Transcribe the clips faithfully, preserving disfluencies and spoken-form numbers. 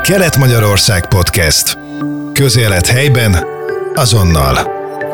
Kelet-Magyarország Podcast. Közélet helyben, azonnal.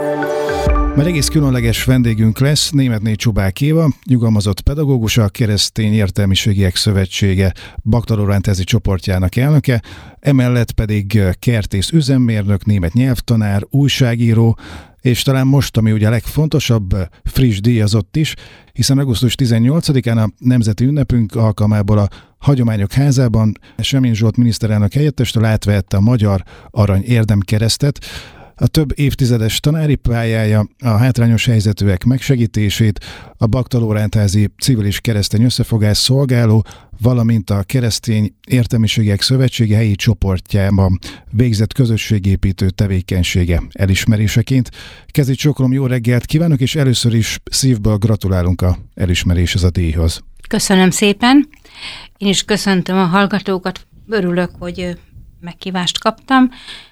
Már egész különleges vendégünk lesz Németné Csubák Éva, nyugalmazott pedagógus, a Keresztény Értelmiségiek Szövetsége baktalórendházi csoportjának elnöke, emellett pedig kertész üzemmérnök, német nyelvtanár, újságíró, és talán most, ami ugye a legfontosabb, friss díjazott is, hiszen augusztus tizennyolcadikán a nemzeti ünnepünk alkalmából a Hagyományok Házában Semjén Zsolt miniszterelnök helyettestől átvehette a Magyar Arany Érdemkeresztet. A több évtizedes tanári pályája, a hátrányos helyzetűek megsegítését, a baktalórendházi civil és keresztény összefogás szolgáló, valamint a Keresztény Értelmiségiek Szövetsége helyi csoportjában végzett közösségépítő tevékenysége elismeréseként. Kezi csokolom, jó reggelt kívánok, és először is szívből gratulálunk a elismeréshez, a díjhoz. Köszönöm szépen. Én is köszöntöm a hallgatókat, örülök, hogy meghívást kaptam,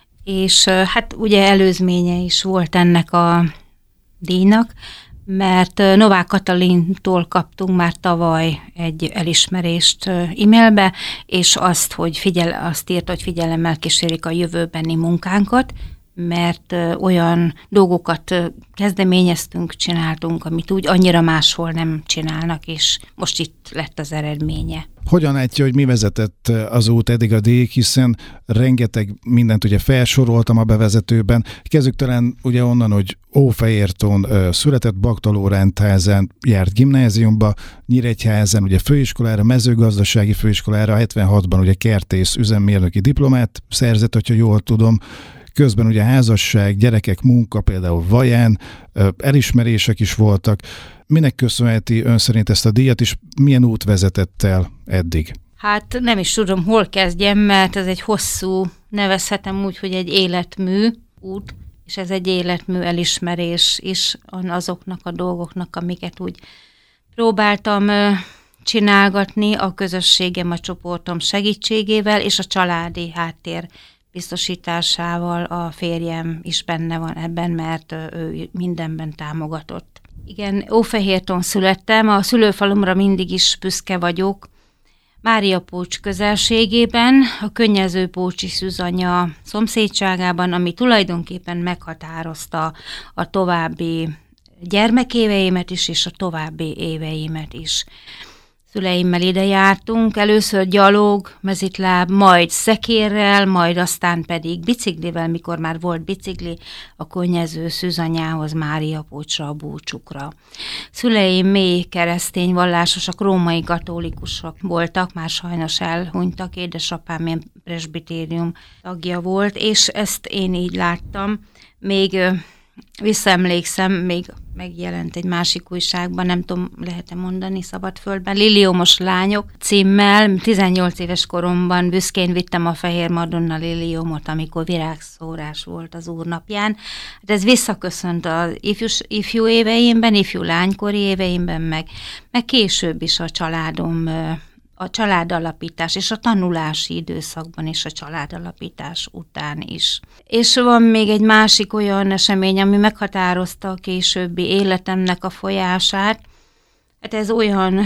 és hát ugye előzménye is volt ennek a díjnak, mert Novák Katalintól kaptunk már tavaly egy elismerést e-mailbe, és azt, hogy figyel, azt írt, hogy figyelemmel kísérik a jövőbeni munkánkat, mert olyan dolgokat kezdeményeztünk, csináltunk, amit úgy annyira máshol nem csinálnak, és most itt lett az eredménye. Hogyan látja, hogy mi vezetett az út eddig a díjig, hiszen rengeteg mindent ugye felsoroltam a bevezetőben. Kezdjük talán ugye onnan, hogy Ófehérton született, baktalórendházán járt gimnáziumba, Nyíregyházán ugye főiskolára, mezőgazdasági főiskolára, hetvenhatban ugye kertész üzemmérnöki diplomát szerzett, hogyha jól tudom. Közben ugye házasság, gyerekek, munka, például Vaján, elismerések is voltak. Minek köszönheti ön szerint ezt a díjat, és milyen út vezetett el eddig? Hát nem is tudom, hol kezdjem, mert ez egy hosszú, nevezhetem úgy, hogy egy életmű út, és ez egy életmű elismerés is azoknak a dolgoknak, amiket úgy próbáltam csinálgatni a közösségem, a csoportom segítségével, és a családi háttér biztosításával. A férjem is benne van ebben, mert ő mindenben támogatott. Igen, Ófehérton születtem, a szülőfalumra mindig is büszke vagyok. Mária Pócs közelségében, a könnyező Pócsi Szűzanya szomszédságában, ami tulajdonképpen meghatározta a további gyermekéveimet is, és a további éveimet is. Szüleimmel ide jártunk, először gyalog, mezitláb, majd szekérrel, majd aztán pedig biciklivel, mikor már volt bicikli, a könnyező Szűzanyához, Mária Pócsra, a búcsukra. Szüleim mély keresztény vallásosak, római katolikusok voltak, már sajnos elhunytak, édesapám ilyen presbitérium tagja volt, és ezt én így láttam. Még visszaemlékszem, még megjelent egy másik újságban, nem tudom, lehet-e mondani, Szabadföldben, Liliomos lányok címmel. tizennyolc éves koromban büszkén vittem a Fehér Madonna liliomot, amikor virágszórás volt az úrnapján. Hát ez visszaköszönt az ifjú, ifjú éveimben, ifjú lánykori éveimben, meg, meg később is a családom, a családalapítás és a tanulási időszakban és a családalapítás után is. És van még egy másik olyan esemény, ami meghatározta a későbbi életemnek a folyását. Hát ez olyan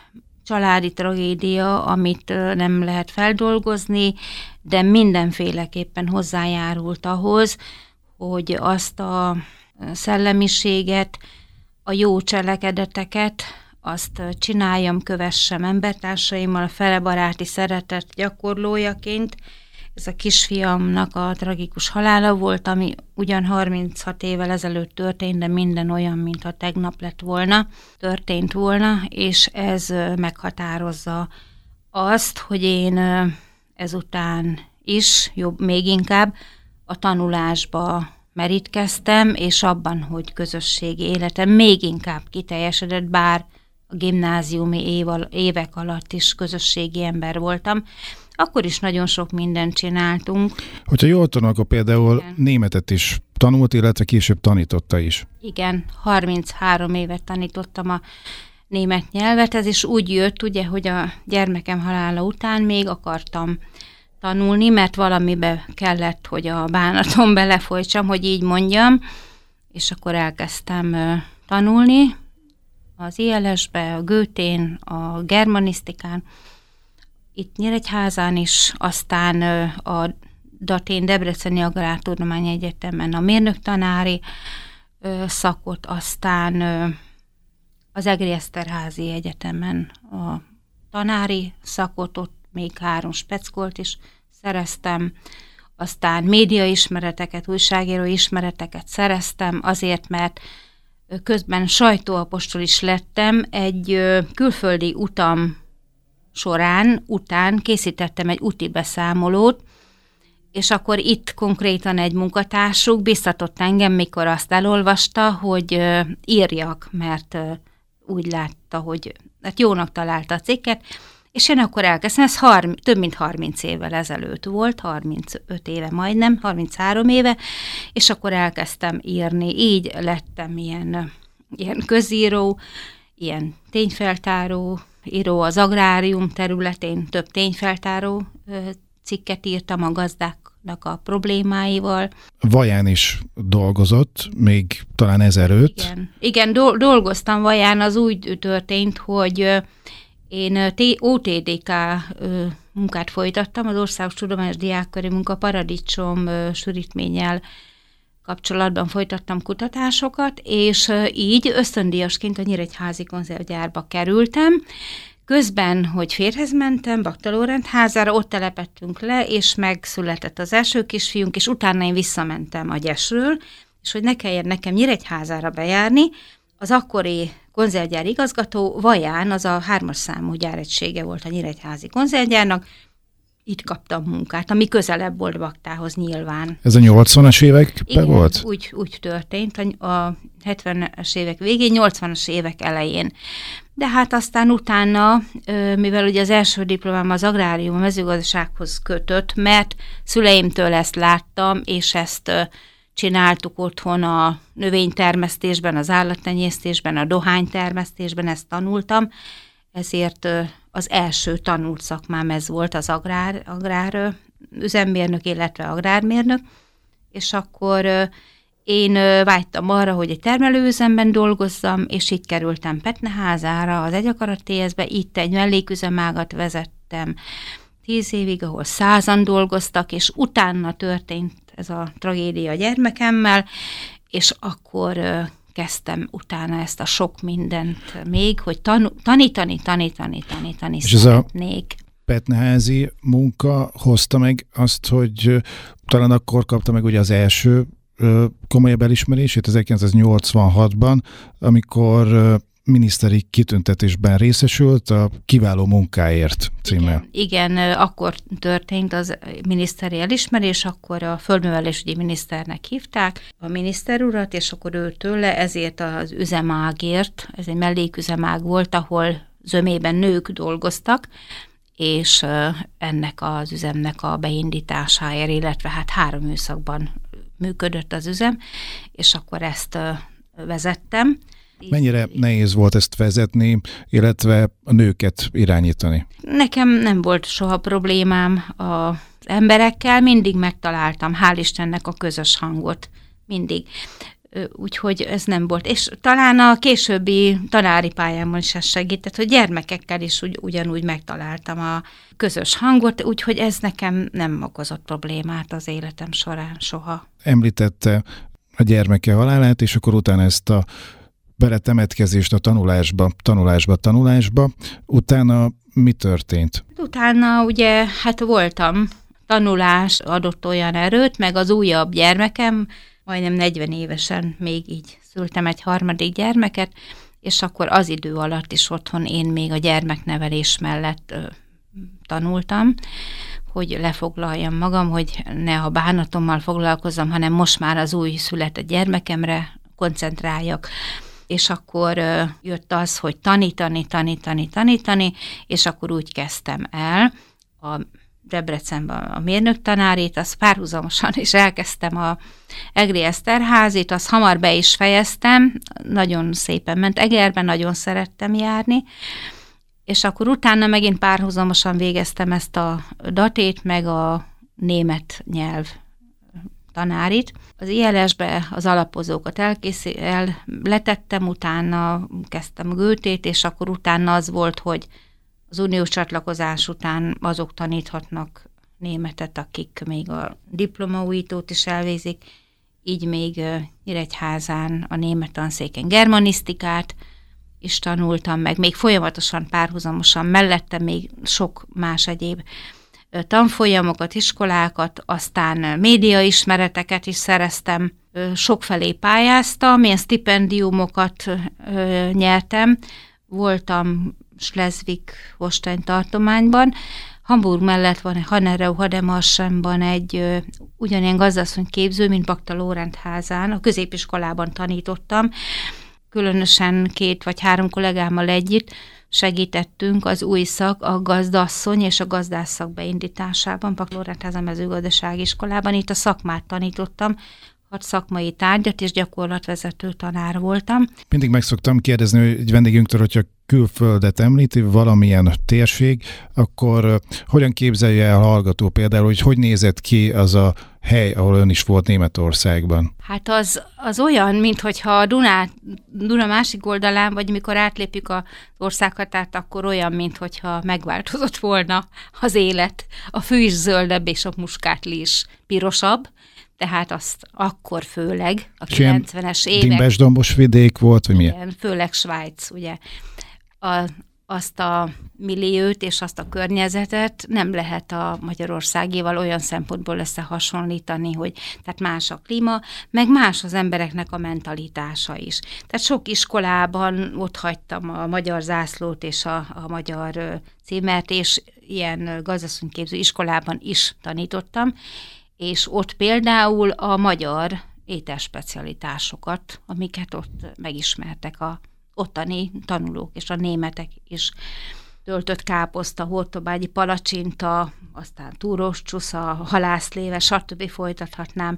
családi tragédia, amit nem lehet feldolgozni, de mindenféleképpen hozzájárult ahhoz, hogy azt a szellemiséget, a jó cselekedeteket, azt csináljam, kövessem embertársaimmal, a felebaráti szeretet gyakorlójaként. Ez a kisfiamnak a tragikus halála volt, ami ugyan harminchat évvel ezelőtt történt, de minden olyan, mintha tegnap lett volna, történt volna, és ez meghatározza azt, hogy én ezután is, jobb, még inkább a tanulásba merítkeztem, és abban, hogy közösségi életem még inkább kiteljesedett, bár a gimnáziumi év, évek alatt is közösségi ember voltam, akkor is nagyon sok mindent csináltunk. Hogyha jól tudom, akkor például igen, németet is tanult, illetve később tanította is. Igen, harminchárom évet tanítottam a német nyelvet, ez is úgy jött, ugye, hogy a gyermekem halála után még akartam tanulni, mert valamibe kellett, hogy a bánatom belefolytsam, hogy így mondjam, és akkor elkezdtem tanulni az i el es-be, a Goethén, a germanisztikán, itt Nyíregyházán is, aztán a Datén Debreceni Agrártudományi Egyetemen a mérnöktanári szakot, aztán az Egri Eszterházy Egyetemen a tanári szakot, ott még három speckolt is szereztem, aztán médiaismereteket, újságíró ismereteket szereztem, azért, mert közben sajtóapostol is lettem, egy külföldi utam során, után készítettem egy úti beszámolót, és akkor itt konkrétan egy munkatársuk biztatott engem, mikor azt elolvasta, hogy írjak, mert úgy látta, hogy hát jónak találta a cikket, és én akkor elkezdtem, ez harminc, több mint harminc évvel ezelőtt volt, harmincöt éve majdnem, harminchárom éve, és akkor elkezdtem írni, így lettem ilyen, ilyen közíró, ilyen tényfeltáró, író az agrárium területén, több tényfeltáró cikket írtam a gazdáknak a problémáival. Vaján is dolgozott, még talán ezelőtt. Igen, Igen do- dolgoztam Vaján, az úgy történt, hogy én o té dé ká munkát folytattam, az Országos Tudományos Diákköri Munka Paradicsom sűrítménnyel kapcsolatban folytattam kutatásokat, és így ösztöndíjasként a Nyíregyházi konzervgyárba kerültem. Közben, hogy férjhez mentem, Bakta Lórend házára, ott telepettünk le, és megszületett az első kisfiunk, és utána én visszamentem a Gyesről, és hogy ne kelljen nekem Nyíregyházára bejárni, az akkori konzervgyár igazgató Vaján, az a hármas számú gyáregysége volt a Nyíregyházi konzervgyárnak, itt kaptam munkát, ami közelebb volt Baktához nyilván. Ez a nyolcvanas években volt? Úgy, úgy történt, a hetvenes évek végén, nyolcvanas évek elején. De hát aztán utána, mivel ugye az első diplomám az agrárium, a mezőgazdasághoz kötött, mert szüleimtől ezt láttam, és ezt csináltuk otthon a növénytermesztésben, az állattenyésztésben, a dohánytermesztésben, ezt tanultam, ezért az első tanult szakmám ez volt, az agrár, agrár üzemmérnök, illetve agrármérnök, és akkor én vágytam arra, hogy egy termelőüzemben dolgozzam, és így kerültem Petneházára, az Egyakarat té es-be, itt egy melléküzemágat vezettem tíz évig, ahol százan dolgoztak, és utána történt ez a tragédia a gyermekemmel, és akkor kezdtem utána ezt a sok mindent még, hogy tanu- tanítani, tanítani, tanítani és szeretnék. Ez a petneházi munka hozta meg azt, hogy talán akkor kapta meg ugye az első komolyabb elismerését ezerkilencszáznyolcvanhatban, amikor miniszteri kitüntetésben részesült a Kiváló munkáért címmel. Igen, igen, akkor történt az miniszteri elismerés, akkor a földművelésügyi miniszternek hívták a miniszter urat, és akkor ő tőle ezért az üzemágért, ez egy melléküzemág volt, ahol zömében nők dolgoztak, és ennek az üzemnek a beindításáért, illetve hát három műszakban működött az üzem, és akkor ezt vezettem. Mennyire nehéz volt ezt vezetni, illetve a nőket irányítani? Nekem nem volt soha problémám az emberekkel, mindig megtaláltam, hál' Istennek, a közös hangot, mindig. Úgyhogy ez nem volt. És talán a későbbi tanári pályámon is ez segített, hogy gyermekekkel is ugy, ugyanúgy megtaláltam a közös hangot, úgyhogy ez nekem nem okozott problémát az életem során soha. Említette a gyermeke halálát, és akkor utána ezt a beletemetkezést a tanulásba, tanulásba, tanulásba. Utána mi történt? Utána ugye, hát voltam, tanulás adott olyan erőt, meg az újabb gyermekem, majdnem negyven évesen még így szültem egy harmadik gyermeket, és akkor az idő alatt is otthon én még a gyermeknevelés mellett ö, tanultam, hogy lefoglaljam magam, hogy ne a bánatommal foglalkozzam, hanem most már az új született gyermekemre koncentráljak. És akkor ö, jött az, hogy tanítani, tanítani, tanítani, és akkor úgy kezdtem el a Debrecenben a mérnöktanárét, azt párhuzamosan is elkezdtem a Egri Eszterházit, azt hamar be is fejeztem, nagyon szépen ment Egerben, nagyon szerettem járni, és akkor utána megint párhuzamosan végeztem ezt a datét, meg a német nyelv tanárit. Az i el es-be az alapozókat elkészít, el, letettem, utána kezdtem Goethe-t, és akkor utána az volt, hogy Az uniós csatlakozás után azok taníthatnak németet, akik még a diplomaújítót is elvégzik, így még Nyíregyházán a német tanszéken germanisztikát is tanultam meg, még folyamatosan, párhuzamosan mellette még sok más egyéb tanfolyamokat, iskolákat, aztán médiaismereteket is szereztem, sokfelé pályáztam, ilyen stipendiumokat nyertem, voltam Schleswig-Holstein tartományban, Hamburg mellett van egy Hannerau Hademarschenban egy ugyanilyen gazdasszony képző, mint Bakta Lóránt házán, a középiskolában tanítottam, különösen két vagy három kollégámmal együtt segítettünk az új szak, a gazdasszony és a gazdász szak beindításában, Bakta Lóránt házán mezőgazdasági iskolában, itt a szakmát tanítottam, hat szakmai tárgyat, és gyakorlatvezető tanár voltam. Mindig meg szoktam kérdezni, hogy egy vendégünktől, hogyha külföldet említi, valamilyen térség, akkor hogyan képzelje el a hallgató például, hogy hogy nézett ki az a hely, ahol ön is volt Németországban? Hát az, az olyan, minthogyha a Duná, Duna másik oldalán, vagy mikor átlépjük az országhatárt, akkor olyan, minthogyha megváltozott volna az élet. A fű is zöldebb, és a muskátli is pirosabb. Tehát azt akkor főleg a kilencvenes évek... Dimbes-dombos vidék volt, vagy milyen? Igen, főleg Svájc, ugye. A, azt a milliót és azt a környezetet nem lehet a Magyarországéval olyan szempontból összehasonlítani, hogy tehát más a klíma, meg más az embereknek a mentalitása is. Tehát sok iskolában ott hagytam a magyar zászlót és a, a magyar címert, és ilyen gazdasszonyképző iskolában is tanítottam, és ott például a magyar ételspecialitásokat, amiket ott megismertek a ottani tanulók, és a németek is, töltött káposzta, hortobágyi palacsinta, aztán túrós csusza, halászléve, stb. Folytathatnám.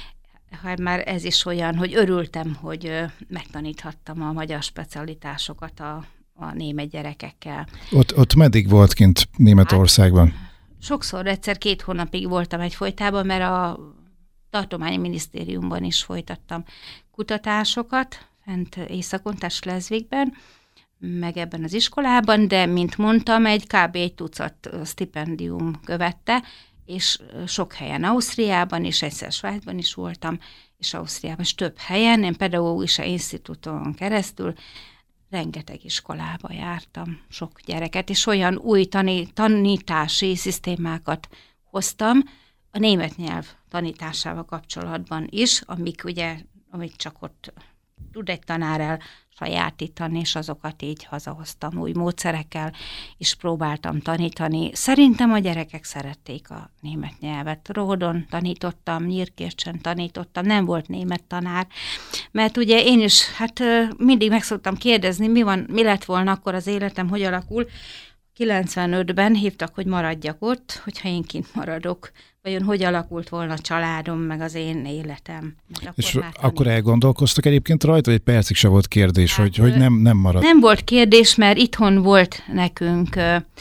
Hát már ez is olyan, hogy örültem, hogy megtaníthattam a magyar specialitásokat a, a német gyerekekkel. Ott, ott meddig volt kint Németországban? Hát, sokszor, egyszer két hónapig voltam egyfolytában, mert a tartományi minisztériumban is folytattam kutatásokat, fent északon, tehát Schleswigben, meg ebben az iskolában, de, mint mondtam, egy kb. Egy tucat stipendium követte, és sok helyen Ausztriában, és egyszer Svájcban is voltam, és Ausztriában is több helyen, én pedagógiai institúton keresztül rengeteg iskolába jártam, sok gyereket, és olyan új tani, tanítási szisztémákat hoztam a német nyelv tanításával kapcsolatban is, amik ugye, amik csak ott tud egy tanár el sajátítani, és azokat így hazahoztam új módszerekkel, és próbáltam tanítani. Szerintem a gyerekek szerették a német nyelvet. Ródon tanítottam, Nyírkércsen tanítottam, nem volt német tanár, mert ugye én is hát mindig meg szoktam kérdezni, mi van, mi lett volna akkor az életem, hogy alakul. kilencvenötben hívtak, hogy maradjak ott, hogyha én kint maradok. Vajon hogy alakult volna a családom, meg az én életem. Akkor és akkor elgondolkoztak egyébként rajta, hogy egy percig se volt kérdés, hát, hogy, hogy nem, nem maradt? Nem volt kérdés, mert itthon volt nekünk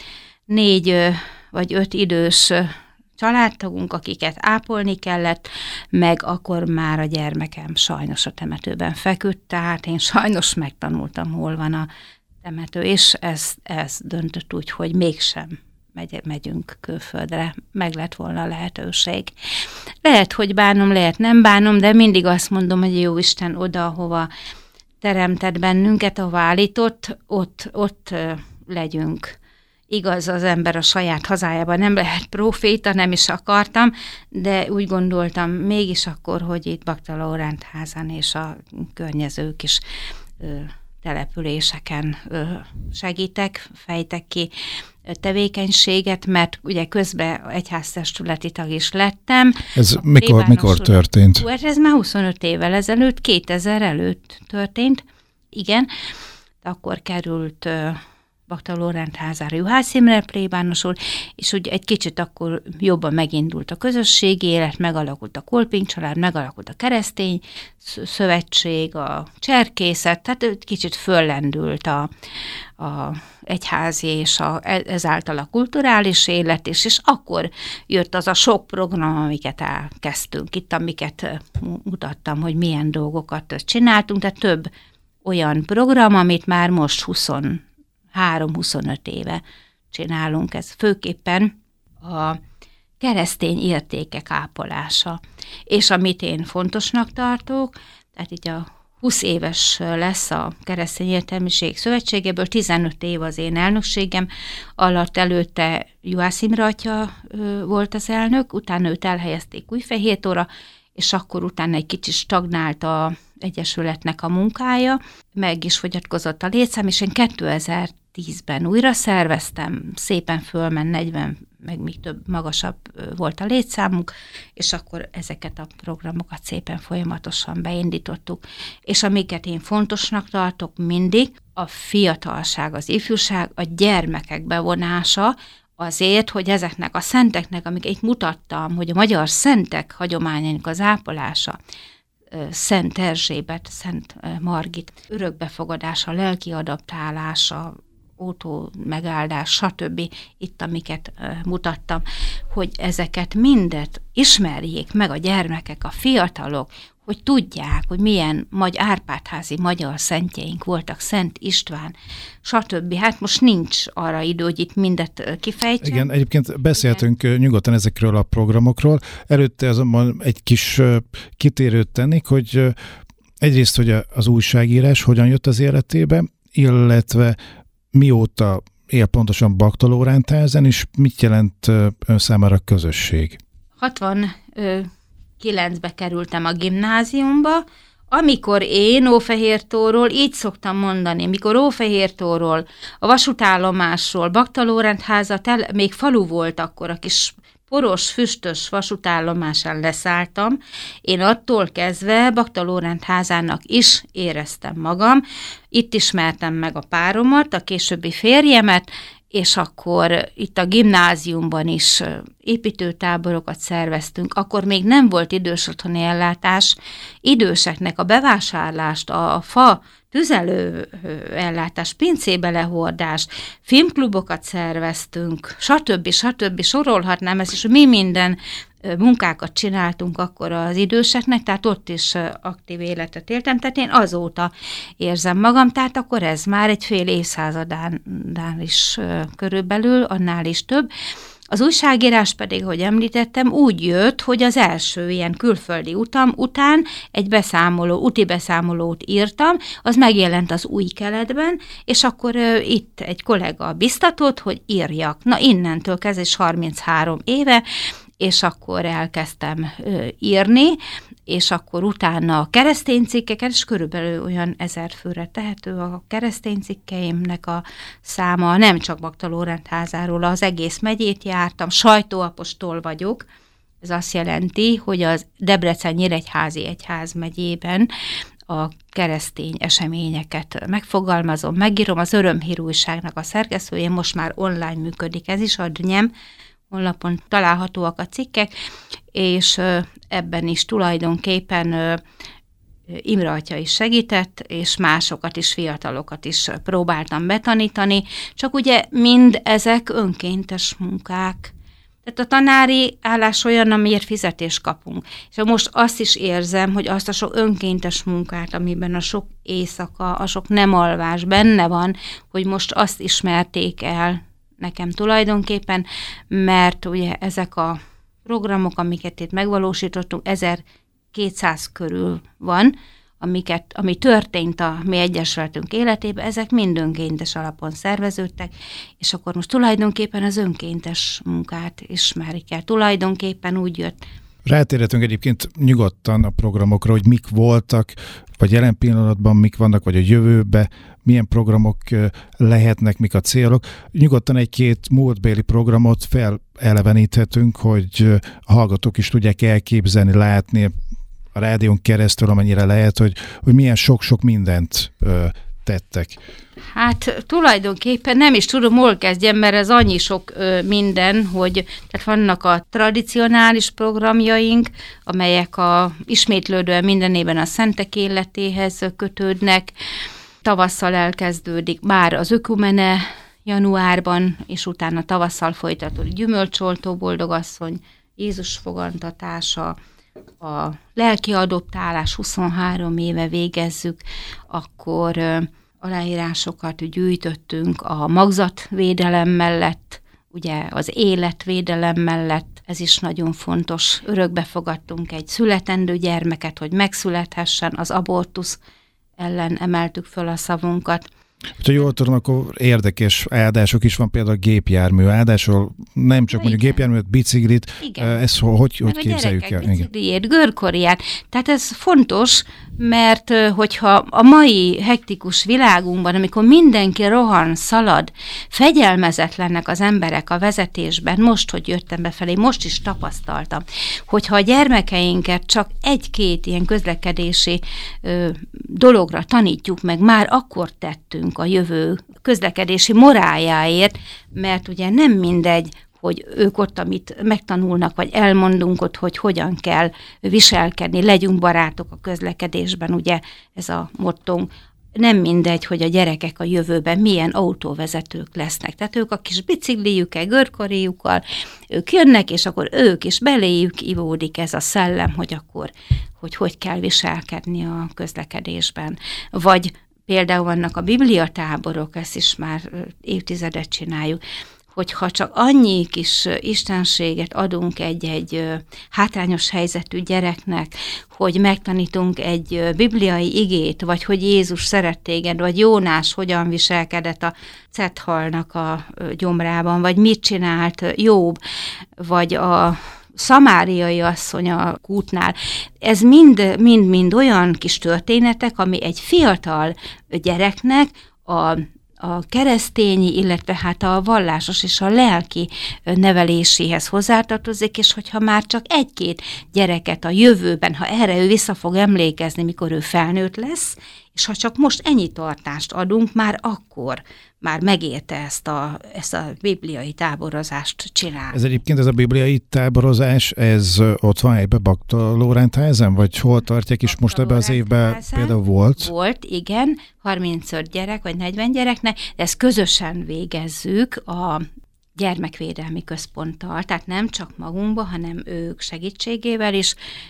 négy vagy öt idős családtagunk, akiket ápolni kellett, meg akkor már a gyermekem sajnos a temetőben feküdt, tehát én sajnos megtanultam, hol van a temető, és ez, ez döntött úgy, hogy mégsem megy, megyünk külföldre, meg lett volna a lehetőség. Lehet, hogy bánom, lehet nem bánom, de mindig azt mondom, hogy jó Isten oda, ahova teremtett bennünket, ahova állított, ott, ott legyünk. Igaz, az ember a saját hazájában nem lehet próféta, nem is akartam, de úgy gondoltam mégis akkor, hogy itt Bakta Lóránt házán és a környezők is településeken segítek, fejtek ki tevékenységet, mert ugye közben egyháztestületi tag is lettem. Ez mikor, mikor történt? Hú, ez már huszonöt évvel ezelőtt, kétezer előtt történt, igen. Akkor került Bakta Lóránt házára Juhász Imre plébános úr, és ugye egy kicsit akkor jobban megindult a közösségi élet, megalakult a Kolping család, megalakult a keresztény szövetség, a cserkészet, tehát egy kicsit föllendült a, a egyházi és a, ezáltal a kulturális élet is, és akkor jött az a sok program, amiket elkezdtünk itt, amiket mutattam, hogy milyen dolgokat csináltunk, tehát több olyan program, amit már most huszonhárom-huszonöt éve csinálunk. Ez főképpen a keresztény értékek ápolása. És amit én fontosnak tartok, tehát így a húsz éves lesz a Keresztény Értelmiség Szövetségéből, tizenöt év az én elnökségem alatt, előtte Juhász Imre atya volt az elnök, utána őt elhelyezték Újfehértóra, és akkor utána egy kicsit stagnált a egyesületnek a munkája, meg is fogyatkozott a létszám, és én kétezer-tízben újra szerveztem, szépen fölment, negyven, meg még több, magasabb volt a létszámunk, és akkor ezeket a programokat szépen folyamatosan beindítottuk. És amiket én fontosnak tartok mindig, a fiatalság, az ifjúság, a gyermekek bevonása, azért, hogy ezeknek a szenteknek, amiket itt mutattam, hogy a magyar szentek hagyományainak az ápolása, Szent Erzsébet, Szent Margit örökbefogadása, lelki adaptálása, ótó megáldás, stb. Itt, amiket mutattam, hogy ezeket mindet ismerjék meg a gyermekek, a fiatalok, hogy tudják, hogy milyen magy- Árpád-házi magyar szentjeink voltak, Szent István, stb. Hát most nincs arra idő, hogy itt mindet kifejtsem. Igen, egyébként beszéltünk Igen. nyugodtan ezekről a programokról. Előtte azonban egy kis kitérőt tennék, hogy egyrészt, hogy az újságírás hogyan jött az életébe, illetve mióta él pontosan Baktalórántházen, és mit jelent ön számára a közösség? hatvankilencbe kerültem a gimnáziumba, amikor én Ófehértóról, így szoktam mondani, mikor Ófehértóról, a vasútállomásról, Baktalórántháza, még falu volt akkor, a kis poros, füstös vasútállomásán leszálltam, én attól kezdve Baktalórántházának is éreztem magam. Itt ismertem meg a páromat, a későbbi férjemet, és akkor itt a gimnáziumban is építőtáborokat szerveztünk. Akkor még nem volt idős otthoni ellátás, időseknek a bevásárlást, a fa tüzelő ellátás, pincébe lehordás, filmklubokat szerveztünk, stb. stb. Sorolhatnám ezt, és mi minden munkákat csináltunk akkor az időseknek, tehát ott is aktív életet éltem, tehát én azóta érzem magam, tehát akkor ez már egy fél évszázadán is körülbelül, annál is több. Az újságírás pedig, hogy említettem, úgy jött, hogy az első ilyen külföldi utam után egy beszámoló, úti beszámolót írtam, az megjelent az Új Keletben, és akkor uh, itt egy kollega biztatott, hogy írjak. Na innentől kezdve, és harminchárom éve, és akkor elkezdtem uh, írni, és akkor utána a keresztény cikkeket, és körülbelül olyan ezer főre tehető a keresztény cikkeimnek a száma, nem csak Baktalórántházáról, az egész megyét jártam, sajtóapostol vagyok, ez azt jelenti, hogy az Debrecen-Nyíregyházi Egyházmegyében a keresztény eseményeket megfogalmazom, megírom, az Örömhír újságnak a szerkesztője, most már online működik ez is, a Dnyem honlapon találhatóak a cikkek, és ebben is tulajdonképpen Imre atya is segített, és másokat is, fiatalokat is próbáltam betanítani, csak ugye mind ezek önkéntes munkák. Tehát a tanári állás olyan, amiért fizetést kapunk. És most azt is érzem, hogy azt a sok önkéntes munkát, amiben a sok éjszaka, a sok nem alvás benne van, hogy most azt ismerték el nekem tulajdonképpen, mert ugye ezek a programok, amiket itt megvalósítottunk, ezerkétszáz körül van, amiket, ami történt a mi egyesületünk életében, ezek mind önkéntes alapon szerveződtek, és akkor most tulajdonképpen az önkéntes munkát ismerik el. Tulajdonképpen úgy jött. Rátérhetünk egyébként nyugodtan a programokra, hogy mik voltak, vagy jelen pillanatban mik vannak, vagy a jövőben, milyen programok lehetnek, mik a célok. Nyugodtan egy-két múltbéli programot feleleveníthetünk, hogy a hallgatók is tudják elképzelni, látni a rádión keresztül, amennyire lehet, hogy, hogy milyen sok-sok mindent ö, tettek. Hát tulajdonképpen nem is tudom, hol kezdjem, mert ez annyi sok ö, minden, hogy tehát vannak a tradicionális programjaink, amelyek a ismétlődően minden évben a szentek életéhez kötődnek. Tavasszal elkezdődik már az ökumene januárban, és utána tavasszal folytatódik gyümölcsoltó boldogasszony, Jézus fogantatása, a lelki adoptálás huszonhárom éve végezzük, akkor aláírásokat gyűjtöttünk a magzatvédelem mellett, ugye az életvédelem mellett, ez is nagyon fontos. Örökbe fogadtunk egy születendő gyermeket, hogy megszülethessen, az abortusz ellen emeltük föl a szavunkat. Ha jól tudom, akkor érdekes áldások is van, például a gépjármű áldásról, nem csak mondjuk gépjárműt, biciklit, igen. Ezt hogy, hogy képzeljük el? Bicikliét, görkoriát. Tehát ez fontos, mert hogyha a mai hektikus világunkban, amikor mindenki rohan, szalad, fegyelmezetlennek az emberek a vezetésben, most, hogy jöttem befelé, most is tapasztaltam, hogyha a gyermekeinket csak egy-két ilyen közlekedési ö, dologra tanítjuk meg, már akkor tettünk a jövő közlekedési moráljáért, mert ugye nem mindegy, hogy ők ott, amit megtanulnak, vagy elmondunk ott, hogy hogyan kell viselkedni, legyünk barátok a közlekedésben, ugye ez a mottónk. Nem mindegy, hogy a gyerekek a jövőben milyen autóvezetők lesznek. Tehát ők a kis biciklijükkel, görkoriukkal, ők jönnek, és akkor ők is beléjük ivódik ez a szellem, hogy akkor hogy, hogy kell viselkedni a közlekedésben. Vagy például vannak a bibliatáborok, ezt is már évtizedet csináljuk, hogyha csak annyi kis istenséget adunk egy-egy hátrányos helyzetű gyereknek, hogy megtanítunk egy bibliai igét, vagy hogy Jézus szeret téged, vagy Jónás hogyan viselkedett a cethalnak a gyomrában, vagy mit csinált Jobb, vagy a szamáriai asszony a kútnál. Ez mind, mind-mind olyan kis történetek, ami egy fiatal gyereknek a a keresztényi, illetve hát a vallásos és a lelki neveléséhez hozzátartozik, és hogyha már csak egy-két gyereket a jövőben, ha erre ő vissza fog emlékezni, mikor ő felnőtt lesz, és ha csak most ennyi tartást adunk, már akkor már megérte ezt a, ezt a bibliai táborozást csinálni. Ez egyébként ez a bibliai táborozás, ez ott van egyben Baktalórántházen, vagy hol tartják, és most ebben az évben például volt? Volt, igen, harmincöt gyerek, vagy negyven gyereknek, de ezt közösen végezzük a gyermekvédelmi központtal, tehát nem csak magunkba, hanem ők segítségével is,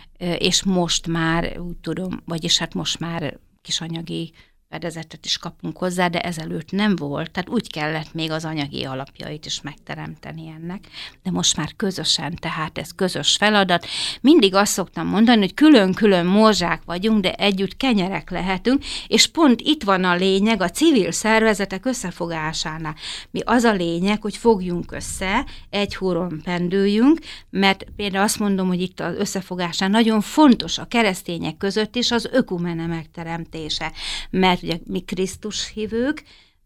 és most már, úgy tudom, vagyis hát most már kis anyagi fedezetet is kapunk hozzá, de ezelőtt nem volt, tehát úgy kellett még az anyagi alapjait is megteremteni ennek, de most már közösen, tehát ez közös feladat. Mindig azt szoktam mondani, hogy külön-külön morzsák vagyunk, de együtt kenyerek lehetünk, és pont itt van a lényeg a civil szervezetek összefogásánál. Mi az a lényeg, hogy fogjunk össze, egy húron pendüljünk, mert például azt mondom, hogy itt az összefogásán nagyon fontos a keresztények között is az ökumene megteremtése, mert ugye mi Krisztus hívők,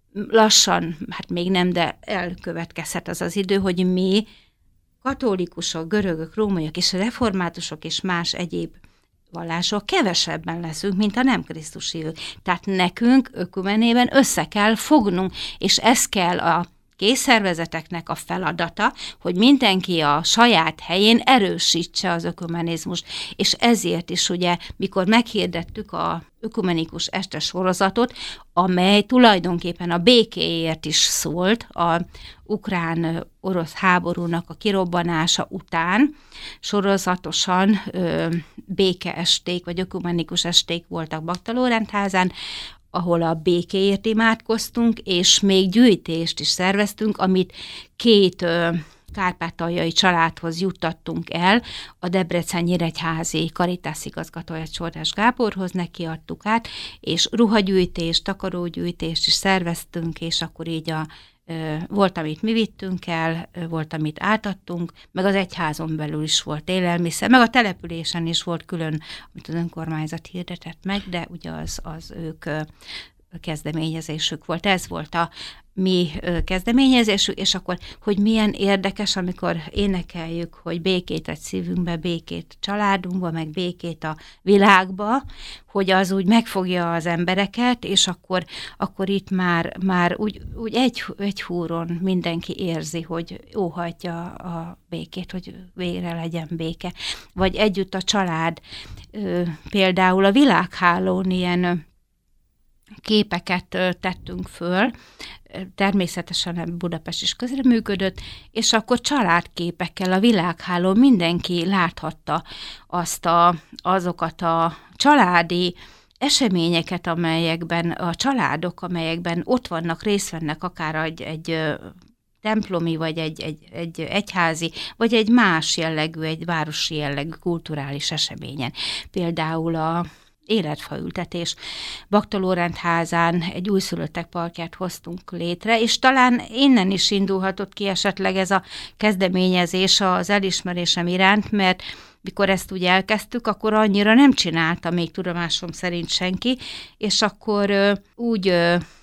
lassan, hát még nem, de elkövetkezhet az az idő, hogy mi katolikusok, görögök, rómaiak és reformátusok és más egyéb vallások kevesebben leszünk, mint a nem Krisztus hívők. Tehát nekünk ökumenében össze kell fognunk, és ez kell a készszervezeteknek a feladata, hogy mindenki a saját helyén erősítse az ökumenizmust. És ezért is ugye, mikor meghirdettük a ökumenikus este sorozatot, amely tulajdonképpen a békéért is szólt, a ukrán-orosz háborúnak a kirobbanása után sorozatosan ö, békeesték, vagy ökumenikus esték voltak Baktalórentházán, ahol a békéért imádkoztunk, és még gyűjtést is szerveztünk, amit két ö, kárpátaljai családhoz juttattunk el, a Debrecen Nyíregyházi Caritas igazgatója Csordás Gáborhoz nekiadtuk át, és ruhagyűjtést, takarógyűjtést is szerveztünk, és akkor így a volt, amit mi vittünk el, volt, amit átadtunk, meg az egyházon belül is volt élelmiszer, meg a településen is volt külön, amit az önkormányzat hirdetett meg, de ugye az, az ők kezdeményezésük volt. Ez volt a mi kezdeményezésük, és akkor, hogy milyen érdekes, amikor énekeljük, hogy békét egy szívünkbe, békét családunkba, meg békét a világba, hogy az úgy megfogja az embereket, és akkor, akkor itt már, már úgy, úgy egy, egy húron mindenki érzi, hogy óhajtja a békét, hogy végre legyen béke. Vagy együtt a család, például a világhálón ilyen képeket tettünk föl, természetesen Budapest is közreműködött, és akkor családképekkel a világhálón mindenki láthatta azt a, azokat a családi eseményeket, amelyekben a családok, amelyekben ott vannak, részt vennek akár egy, egy templomi, vagy egy, egy, egy egyházi, vagy egy más jellegű, egy városi jellegű kulturális eseményen. Például a életfaültetés. Bakta Lóránt házán egy újszülöttek parkját hoztunk létre, és talán innen is indulhatott ki esetleg ez a kezdeményezés az elismerésem iránt, mert mikor ezt úgy elkezdtük, akkor annyira nem csinálta még tudomásom szerint senki, és akkor úgy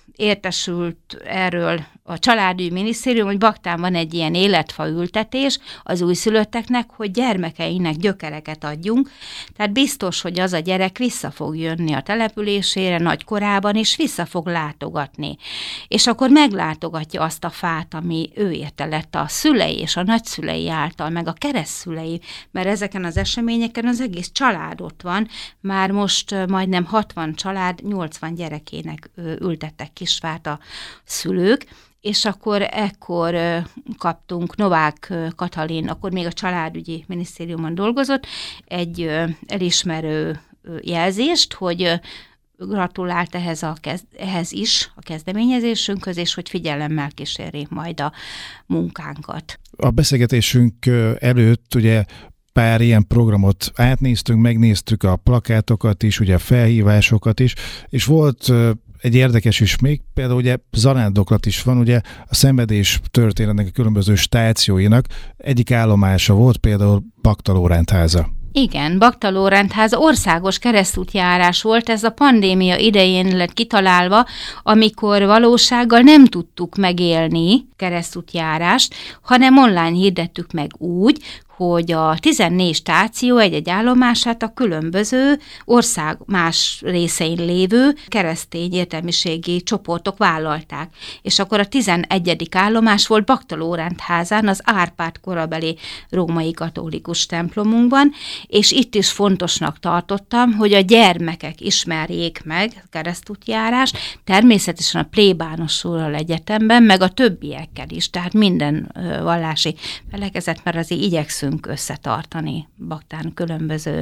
értesült erről a családügyi minisztérium, hogy Baktán van egy ilyen életfaültetés az újszülötteknek, hogy gyermekeinek gyökereket adjunk, tehát biztos, hogy az a gyerek vissza fog jönni a településére nagykorában, és vissza fog látogatni. És akkor meglátogatja azt a fát, ami ő érte lett a szülei és a nagyszülei által, meg a keresztszülei, mert ezeken az eseményeken az egész család ott van, már most majdnem hatvan család, nyolcvan gyerekének ültettek kisfát a szülők, és akkor ekkor kaptunk Novák Katalin, akkor még a családügyi minisztériumon dolgozott, egy elismerő jelzést, hogy gratulált ehhez, a kezd, ehhez is a kezdeményezésünkhöz, és hogy figyelemmel kíséri majd a munkánkat. A beszélgetésünk előtt ugye pár ilyen programot átnéztünk, megnéztük a plakátokat is, ugye a felhívásokat is, és volt egy érdekes is még, például ugye zarándoklat is van, ugye a szenvedés történetnek a különböző stációinak egyik állomása volt például Bakta Lóránt háza. Igen, Bakta Lóránt háza országos keresztútjárás volt, ez a pandémia idején lett kitalálva, amikor valósággal nem tudtuk megélni keresztútjárást, hanem online hirdettük meg úgy, hogy a tizennégy stáció egy-egy állomását a különböző ország más részein lévő keresztény értelmiségi csoportok vállalták. És akkor a tizenegyedik állomás volt Bakta Lóránt házán, az Árpád korabeli római katolikus templomunkban, és itt is fontosnak tartottam, hogy a gyermekek ismerjék meg a keresztútjárást, természetesen a plébános úrral egyetemben, meg a többiekkel is, tehát minden vallási felekezet, mert azért igyekszünk összetartani Baktán különböző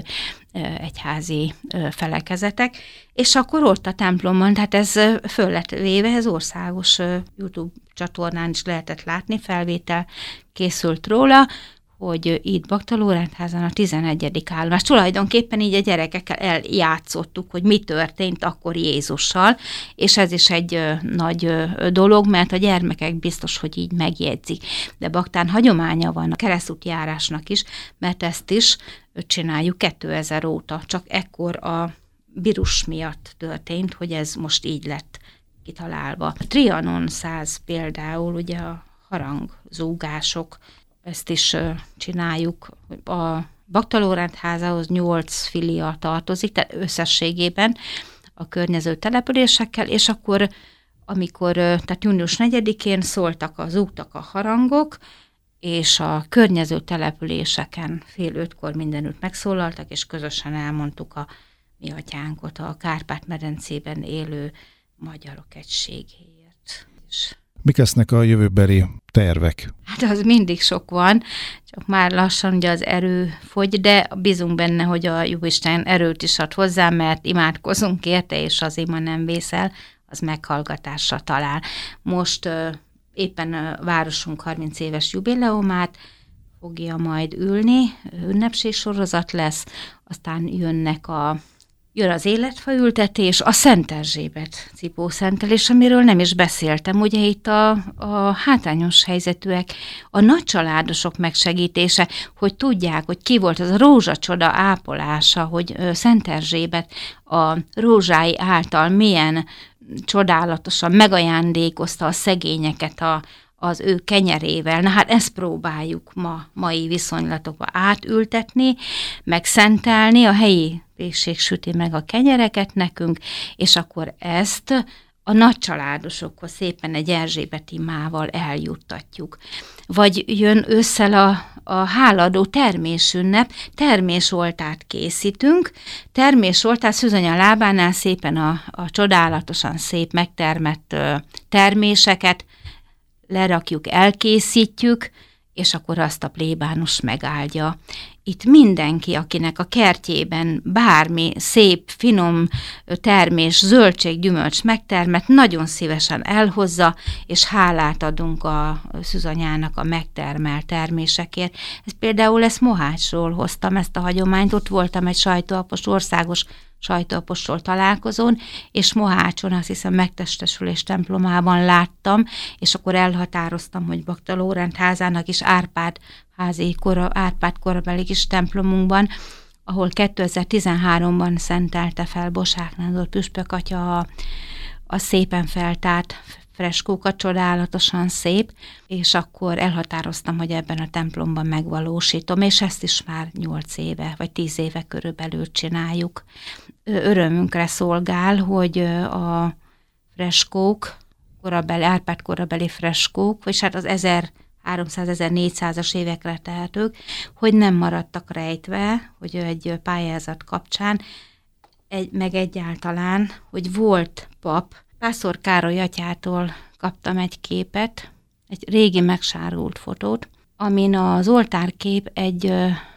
egyházi felekezetek, és akkor ott a templomban, tehát ez föl lett véve, ez országos YouTube csatornán is lehetett látni, felvétel készült róla, hogy itt Bakta Lóránt házán a tizenegyedik állomás. Tulajdonképpen így a gyerekekkel eljátszottuk, hogy mi történt akkor Jézussal, és ez is egy ö, nagy ö, dolog, mert a gyermekek biztos, hogy így megjegyzik. De Baktán hagyománya van a keresztútjárásnak is, mert ezt is csináljuk kétezer óta, csak ekkor a vírus miatt történt, hogy ez most így lett kitalálva. A Trianon száz például, ugye a harangzúgások, ezt is csináljuk. A Bakta Lóránt házához nyolc filia tartozik, tehát összességében a környező településekkel, és akkor, amikor, tehát június negyedikén szóltak, zúgtak a harangok, és a környező településeken fél ötkor mindenütt megszólaltak, és közösen elmondtuk a mi atyánkot, a Kárpát-medencében élő magyarok egységéért. Mik lesznek a jövőbeli tervek? Hát az mindig sok van, csak már lassan ugye az erő fogy, de bízunk benne, hogy a Jóisten erőt is ad hozzá, mert imádkozunk érte, és az ima nem vészel, az meghallgatásra talál. Most uh, éppen a városunk harminc éves jubileumát fogja majd ülni, ünnepségsorozat lesz, aztán jönnek a Jön az életfaültetés, a Szent Erzsébet cipószentelés, amiről nem is beszéltem. Ugye itt a, a hátrányos helyzetűek, a nagycsaládosok megsegítése, hogy tudják, hogy ki volt az a rózsacsoda ápolása, hogy Szent Erzsébet a rózsái által milyen csodálatosan megajándékozta a szegényeket a az ő kenyerével. Na hát ezt próbáljuk ma, mai viszonylatokba átültetni, megszentelni, a helyi pékség süti meg a kenyereket nekünk, és akkor ezt a nagycsaládosokhoz szépen egy Erzsébet imával eljuttatjuk. Vagy jön ősszel a, a háladó termésünnep, termésoltát készítünk, termésoltát szűzanya lábánál szépen a, a csodálatosan szép megtermett ö, terméseket lerakjuk, elkészítjük, és akkor azt a plébános megáldja. itt mindenki, akinek a kertjében bármi szép, finom termés, zöldség, gyümölcs megtermett, nagyon szívesen elhozza, és hálát adunk a szűzanyának a megtermelt termésekért. Ez például ezt Mohácsról hoztam, ezt a hagyományt, ott voltam egy sajtóapostol, országos sajtóapostol találkozón, és Mohácson, azt hiszem megtestesülés templomában láttam, és akkor elhatároztam, hogy Bakta Lórend házának is Árpád házi, kora, Árpád korabeli kis templomunkban, ahol kétezer-tizenháromban szentelte fel Bosák Nándor püspök atya a, a szépen feltárt freskókat, csodálatosan szép, és akkor elhatároztam, hogy ebben a templomban megvalósítom, és ezt is már nyolc éve, vagy tíz éve körülbelül csináljuk. Örömünkre szolgál, hogy a freskók, korabeli, Árpád korabeli freskók, vagy hát az ezerháromszáz-ezernégyszázas évekre tehetők, hogy nem maradtak rejtve, hogy egy pályázat kapcsán, egy, meg egyáltalán, hogy volt pap, Pásztor Károly atyától kaptam egy képet, egy régi megsárult fotót, amin az oltárkép egy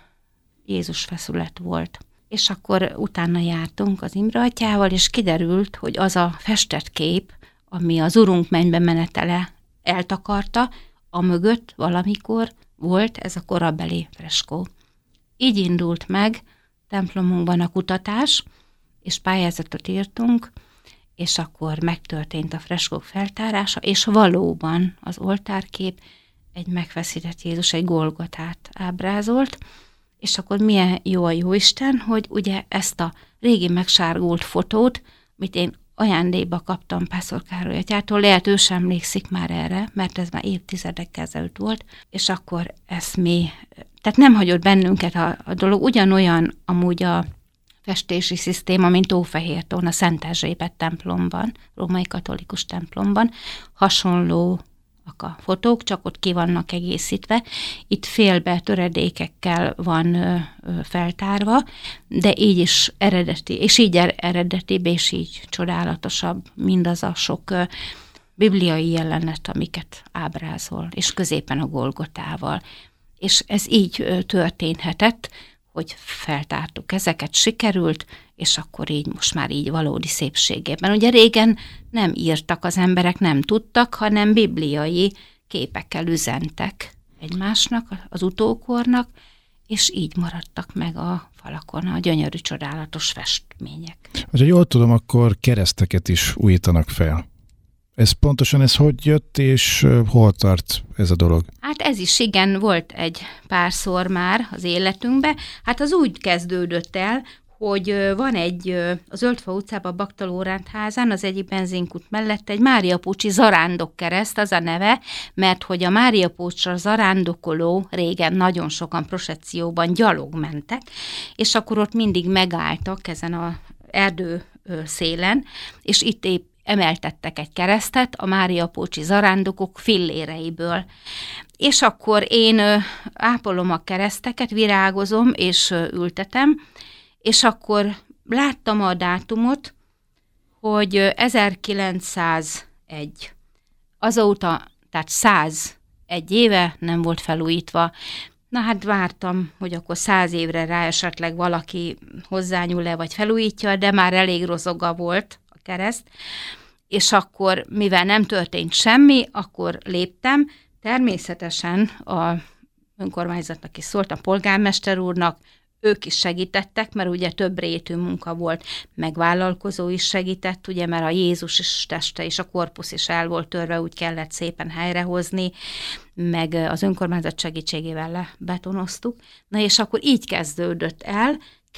Jézus feszület volt. És akkor utána jártunk az Imre atyával, és kiderült, hogy az a festett kép, ami az Urunk mennybe menetele eltakarta, a mögött valamikor volt ez a korabeli freskó. Így indult meg templomunkban a kutatás, és pályázatot írtunk, és akkor megtörtént a freskók feltárása, és valóban az oltárkép egy megfeszített Jézus, egy Golgotát ábrázolt, és akkor milyen jó a Jóisten, hogy ugye ezt a régi megsárgult fotót, amit én ajándékba kaptam Pásztor Károly atyától, lehet ő sem emlékszik már erre, mert ez már évtizedekkel ezelőtt volt, és akkor ezt mi, tehát nem hagyott bennünket a, a dolog, ugyanolyan amúgy a festési szisztéma, mint Ófehértón, a Szent Erzsébet templomban, római katolikus templomban, hasonlóak a fotók, csak ott ki vannak egészítve. Itt félbe töredékekkel van ö, ö, feltárva, de így is eredeti, és így eredetibb, és így csodálatosabb mindaz a sok ö, bibliai jelenet, amiket ábrázol, és középen a Golgotával. És ez így ö, történhetett, hogy feltártuk ezeket, sikerült, és akkor így most már így valódi szépségében. Ugye régen nem írtak az emberek, nem tudtak, hanem bibliai képekkel üzentek egymásnak, az utókornak, és így maradtak meg a falakon a gyönyörű, csodálatos festmények. Ha jól tudom, akkor kereszteket is újítanak fel. Ez pontosan ez hogy jött, és hol tart ez a dolog? Hát ez is igen, volt egy párszor már az életünkben. Hát az úgy kezdődött el, hogy van egy, a Zöldfa utcában, a Bakta Lórend házán, az egyik benzinkút mellett egy Mária Pócsi zarándokkereszt, az a neve, mert hogy a Mária Pócsra zarándokoló, régen nagyon sokan proseccióban gyalog mentek, és akkor ott mindig megálltak ezen az erdő szélen, és itt épp emeltettek egy keresztet a Mária Pócsi zarándokok filléreiből. És akkor én ápolom a kereszteket, virágozom és ültetem, és akkor láttam a dátumot, hogy ezerkilencszázegy. Azóta, tehát százegy éve nem volt felújítva. Na hát vártam, hogy akkor száz évre rá esetleg valaki hozzányúl-e, vagy felújítja, de már elég rozoga volt a kereszt, és akkor, mivel nem történt semmi, akkor léptem. Természetesen a önkormányzatnak is szóltam, polgármester úrnak, ők is segítettek, mert ugye több rétű munka volt, meg vállalkozó is segített, ugye, mert a Jézus is teste és a korpusz is el volt törve, úgy kellett szépen helyrehozni, meg az önkormányzat segítségével lebetonoztuk. Na és akkor így kezdődött el,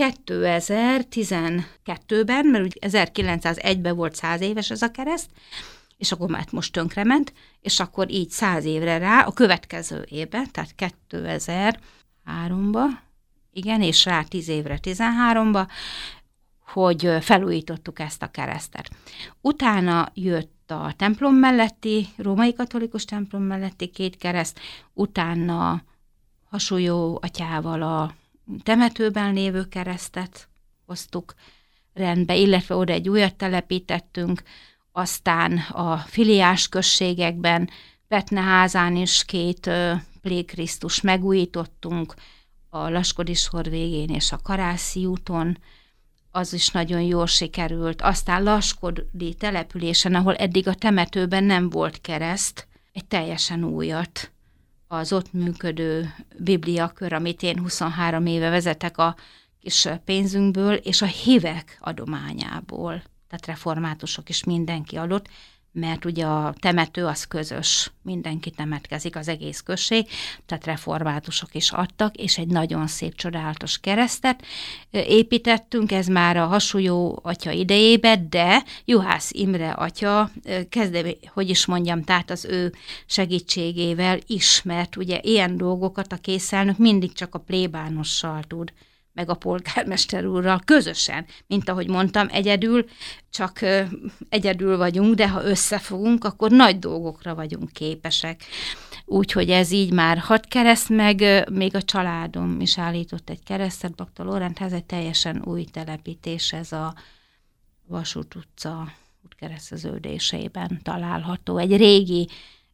kétezer-tizenkettőben, mert ugye ezerkilencszázegyben volt száz éves ez a kereszt, és akkor már most tönkrement, és akkor így száz évre rá, a következő évben, tehát kétezer-háromba, igen, és rá tíz évre, tizenháromba, hogy felújítottuk ezt a keresztet. Utána jött a templom melletti, római katolikus templom melletti két kereszt, utána Hasúlyó atyával a temetőben lévő keresztet hoztuk rendbe, illetve oda egy újat telepítettünk, aztán a filiás községekben, Petneházán is két Plé Krisztus megújítottunk, a Laskodi sor végén és a Karászi úton, az is nagyon jól sikerült. Aztán Laskodi településen, ahol eddig a temetőben nem volt kereszt, egy teljesen újat. Az ott működő bibliakör, amit én huszonhárom éve vezetek a kis pénzünkből, és a hívek adományából. Tehát reformátusok is mindenki adott, mert ugye a temető az közös, mindenki temetkezik, az egész község, tehát reformátusok is adtak, és egy nagyon szép, csodálatos keresztet építettünk, ez már a Hasúlyó atya idejében, de Juhász Imre atya, kezdve, hogy is mondjam, tehát az ő segítségével is, mert ugye ilyen dolgokat a készelnök mindig csak a plébánossal tud, meg a polgármester úrral közösen, mint ahogy mondtam, egyedül, csak egyedül vagyunk, de ha összefogunk, akkor nagy dolgokra vagyunk képesek. Úgyhogy ez így már hat kereszt, meg még a családom is állított egy keresztet, Bakta Lórend, ez egy teljesen új telepítés, ez a Vasút utca útkereszteződésében található. Egy régi,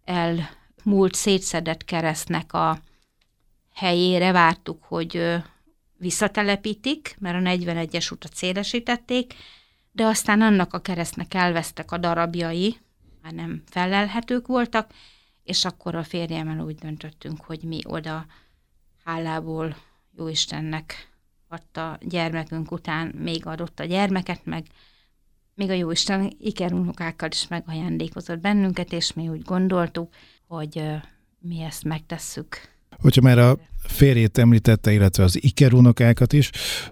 elmúlt, szétszedett keresztnek a helyére vártuk, hogy visszatelepítik, mert a negyvenegyes utat szélesítették, de aztán annak a keresztnek elvesztek a darabjai, már nem felelhetők voltak, és akkor a férjemmel úgy döntöttünk, hogy mi oda hálából Jóistennek adta gyermekünk után, még adott a gyermeket, meg még a Jóisten ikerunokákkal is megajándékozott bennünket, és mi úgy gondoltuk, hogy mi ezt megtesszük. Hogyha már a férjét említette, illetve az ikerunokákat is,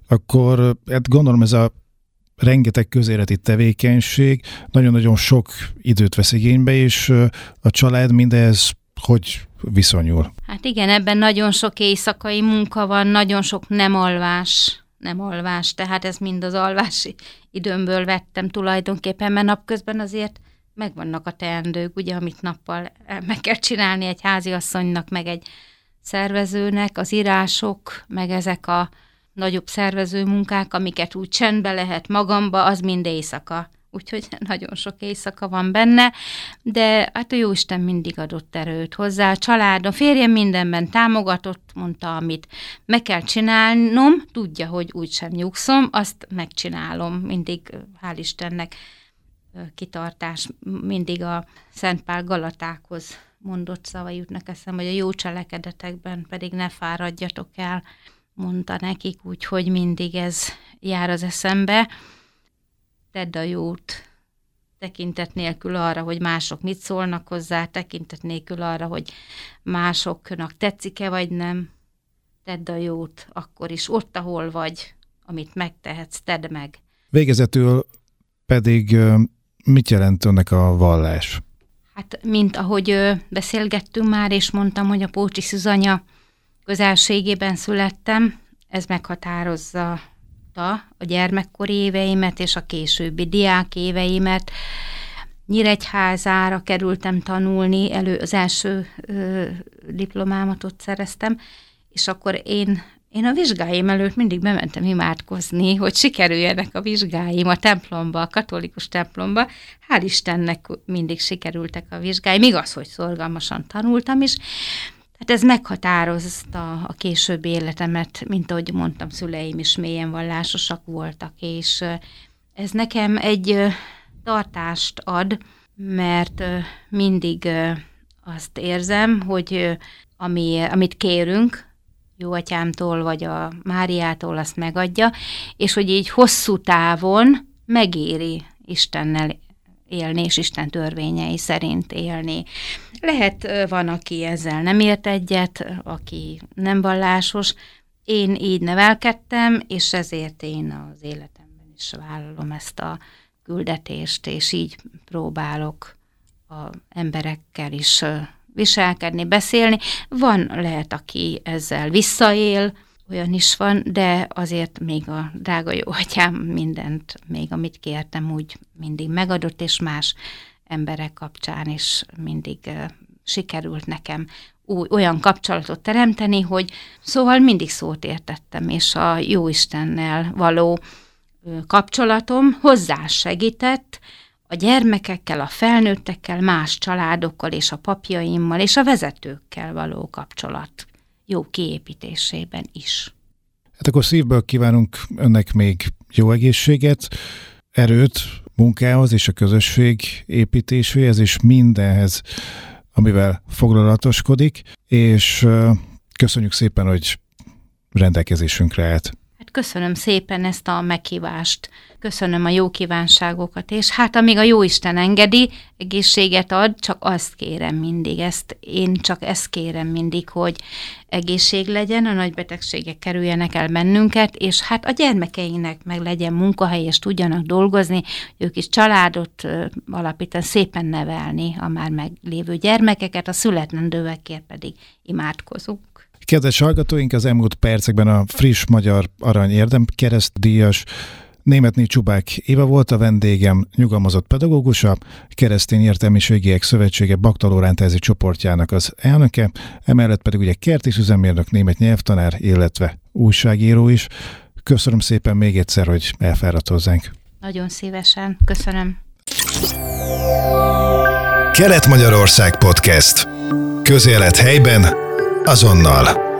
akkor hát gondolom ez a rengeteg közéleti tevékenység nagyon-nagyon sok időt vesz igénybe, és a család mindez hogy viszonyul? Hát igen, ebben nagyon sok éjszakai munka van, nagyon sok nem alvás, nem alvás, tehát ez mind az alvási időmből vettem tulajdonképpen, mert napközben azért megvannak a teendők, ugye, amit nappal meg kell csinálni egy háziasszonynak, meg egy szervezőnek, az írások, meg ezek a nagyobb szervező munkák, amiket úgy csendbe lehet magamba, az mind éjszaka. Úgyhogy nagyon sok éjszaka van benne, de hát a Jóisten mindig adott erőt hozzá. A család, a férjem mindenben támogatott, mondta, amit meg kell csinálnom, tudja, hogy úgysem nyugszom, azt megcsinálom. Mindig, hál' Istennek, kitartás, mindig a Szent Pál Galatákhoz mondott szava jutnak eszembe, hogy a jó cselekedetekben pedig ne fáradjatok el, mondta nekik, úgyhogy mindig ez jár az eszembe. Tedd a jót, tekintet nélkül arra, hogy mások mit szólnak hozzá, tekintet nélkül arra, hogy másoknak tetszik-e vagy nem. Tedd a jót akkor is, ott, ahol vagy, amit megtehetsz, tedd meg. Végezetül pedig mit jelent önnek a vallás? Hát, mint ahogy beszélgettünk már, és mondtam, hogy a Pócsi Szűzanya közelségében születtem, ez meghatározza a gyermekkori éveimet és a későbbi diák éveimet. Nyíregyházára kerültem tanulni, elő az első ö, diplomámat ott szereztem, és akkor én, én a vizsgáim előtt mindig bementem imádkozni, hogy sikerüljenek a vizsgáim a templomba, a katolikus templomba. Hál' Istennek mindig sikerültek a vizsgáim, igaz, hogy szorgalmasan tanultam is. Tehát ez meghatározta a későbbi életemet, mint ahogy mondtam, szüleim is mélyen vallásosak voltak, és ez nekem egy tartást ad, mert mindig azt érzem, hogy ami, amit kérünk, Jó Atyámtól vagy a Máriától, azt megadja, és hogy így hosszú távon megéri Istennel élni, és Isten törvényei szerint élni. Lehet, van, aki ezzel nem ért egyet, aki nem vallásos. Én így nevelkedtem, és ezért én az életemben is vállalom ezt a küldetést, és így próbálok az emberekkel is viselkedni, beszélni. Van, lehet, aki ezzel visszaél, olyan is van, de azért még a drága Jó Atyám mindent, még amit kértem, úgy mindig megadott, és más emberek kapcsán is mindig uh, sikerült nekem új, olyan kapcsolatot teremteni, hogy szóval mindig szót értettem, és a Jóistennel való uh, kapcsolatom hozzá segített a gyermekekkel, a felnőttekkel, más családokkal, és a papjaimmal, és a vezetőkkel való kapcsolat jó kiépítésében is. Hát akkor szívből kívánunk önnek még jó egészséget, erőt munkához és a közösség építéséhez és mindenhez, amivel foglalatoskodik, és köszönjük szépen, hogy rendelkezésünkre állt. Hát köszönöm szépen ezt a meghívást, köszönöm a jó kívánságokat, és hát amíg a Jóisten engedi, egészséget ad, csak azt kérem mindig, ezt, én csak ezt kérem mindig, hogy egészség legyen, a nagy betegségek kerüljenek el bennünket, és hát a gyermekeinek meg legyen munkahely, és tudjanak dolgozni, ők is családot alapítani, szépen nevelni a már meglévő gyermekeket, a születendőekért pedig imádkozunk. Kedves hallgatóink, az elmúlt percekben a friss magyar arany érdemkeresztdíjas Németné Csubák Éva volt a vendégem, nyugalmazott pedagógusa, Keresztény Értelmiségiek Szövetsége Bakta Lóránt-házi csoportjának az elnöke, emellett pedig ugye kertész üzemmérnök, német nyelvtanár, illetve újságíró is. Köszönöm szépen még egyszer, hogy elfáradt hozzánk. Nagyon szívesen, köszönöm. Kelet-Magyarország Podcast. Közélet helyben, azonnal.